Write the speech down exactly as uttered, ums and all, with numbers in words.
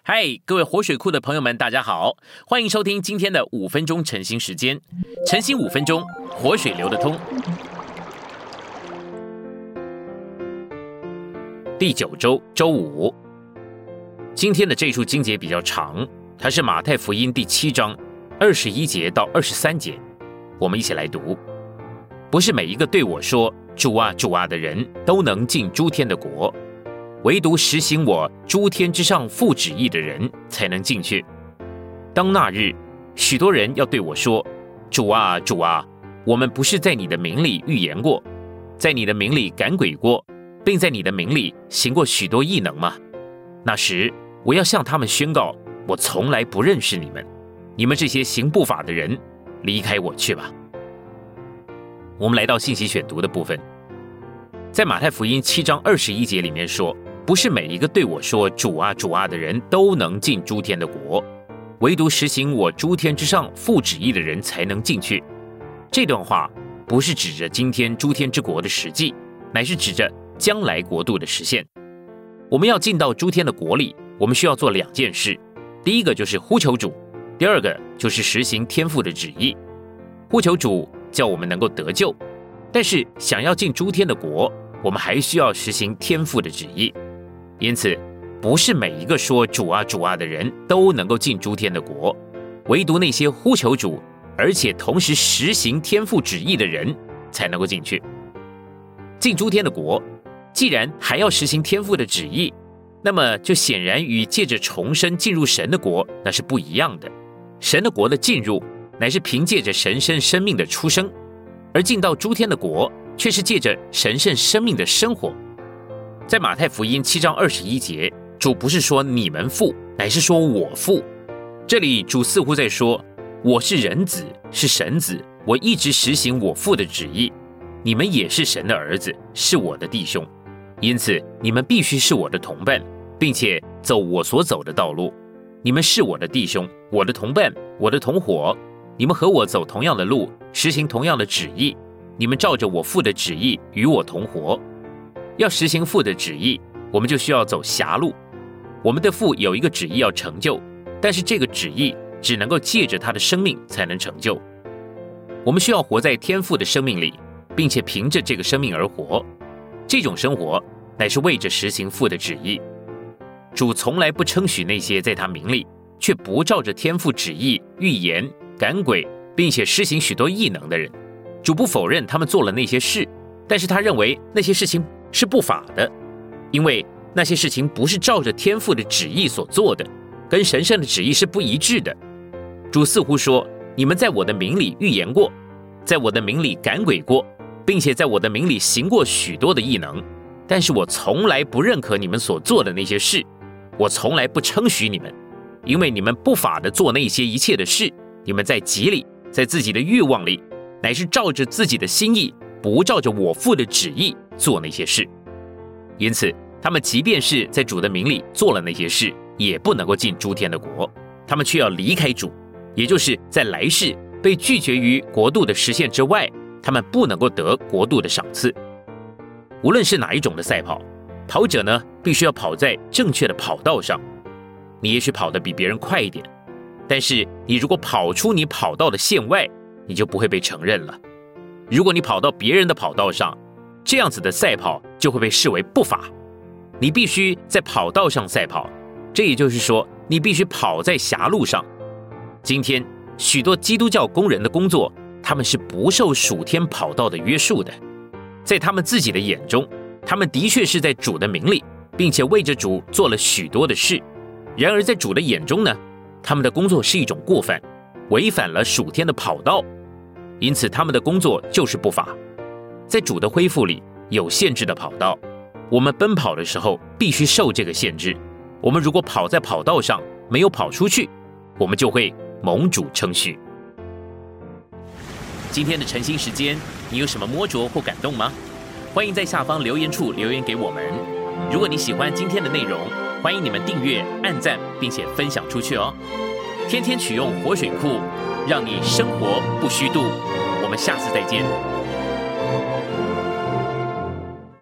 嗨，各位活水库的朋友们，大家好，欢迎收听今天的五分钟晨兴时间。晨兴五分钟，活水流得通。第九周周五，今天的这处经节比较长，它是马太福音第七章二十一节到二十三节。我们一起来读：不是每一个对我说主啊主啊的人都能进诸天的国，唯独实行我诸天之上父旨意的人才能进去。当那日，许多人要对我说：主啊主啊，我们不是在你的名里预言过，在你的名里赶鬼过，并在你的名里行过许多异能吗？那时我要向他们宣告，我从来不认识你们，你们这些行不法的人，离开我去吧。我们来到信息选读的部分，在马太福音七章二十一节里面说，不是每一个对我说主啊主啊的人都能进诸天的国，唯独实行我诸天之上父旨意的人才能进去。这段话不是指着今天诸天之国的实际，乃是指着将来国度的实现。我们要进到诸天的国里，我们需要做两件事，第一个就是呼求主，第二个就是实行天父的旨意。呼求主叫我们能够得救，但是想要进诸天的国，我们还需要实行天父的旨意。因此不是每一个说主啊主啊的人都能够进诸天的国，唯独那些呼求主而且同时实行天父旨意的人才能够进去。进诸天的国既然还要实行天父的旨意，那么就显然与借着重生进入神的国那是不一样的。神的国的进入乃是凭借着神圣生命的出生，而进到诸天的国却是借着神圣生命的生活。在马太福音七章二十一节，主不是说你们父，乃是说我父。这里主似乎在说，我是人子，是神子，我一直实行我父的旨意，你们也是神的儿子，是我的弟兄，因此你们必须是我的同伴，并且走我所走的道路。你们是我的弟兄，我的同伴，我的同伙，你们和我走同样的路，实行同样的旨意，你们照着我父的旨意与我同活。要实行父的旨意，我们就需要走狭路。我们的父有一个旨意要成就，但是这个旨意只能够借着他的生命才能成就。我们需要活在天父的生命里，并且凭着这个生命而活。这种生活乃是为着实行父的旨意。主从来不称许那些在他名里却不照着天父旨意预言、赶鬼，并且施行许多异能的人。主不否认他们做了那些事，但是他认为那些事情是不法的，因为那些事情不是照着天父的旨意所做的，跟神圣的旨意是不一致的。主似乎说，你们在我的名里预言过，在我的名里赶鬼过，并且在我的名里行过许多的异能，但是我从来不认可你们所做的那些事，我从来不称许你们，因为你们不法的做那些一切的事，你们在己里，在自己的欲望里，乃是照着自己的心意，不照着我父的旨意做那些事。因此他们即便是在主的名里做了那些事，也不能够进诸天的国，他们却要离开主，也就是在来世被拒绝于国度的实现之外，他们不能够得国度的赏赐。无论是哪一种的赛跑，跑者呢必须要跑在正确的跑道上。你也许跑得比别人快一点，但是你如果跑出你跑道的线外，你就不会被承认了。如果你跑到别人的跑道上，这样子的赛跑就会被视为不法。你必须在跑道上赛跑，这也就是说，你必须跑在狭路上。今天许多基督教工人的工作，他们是不受属天跑道的约束的。在他们自己的眼中，他们的确是在主的名里，并且为着主做了许多的事。然而在主的眼中呢，他们的工作是一种过犯，违反了属天的跑道，因此他们的工作就是不法。在主的恢复里有限制的跑道，我们奔跑的时候必须受这个限制。我们如果跑在跑道上没有跑出去，我们就会蒙主称许。今天的晨兴时间，你有什么摸着或感动吗？欢迎在下方留言处留言给我们。如果你喜欢今天的内容，欢迎你们订阅、按赞，并且分享出去哦。天天取用活水库，让你生活不虚度。我们下次再见。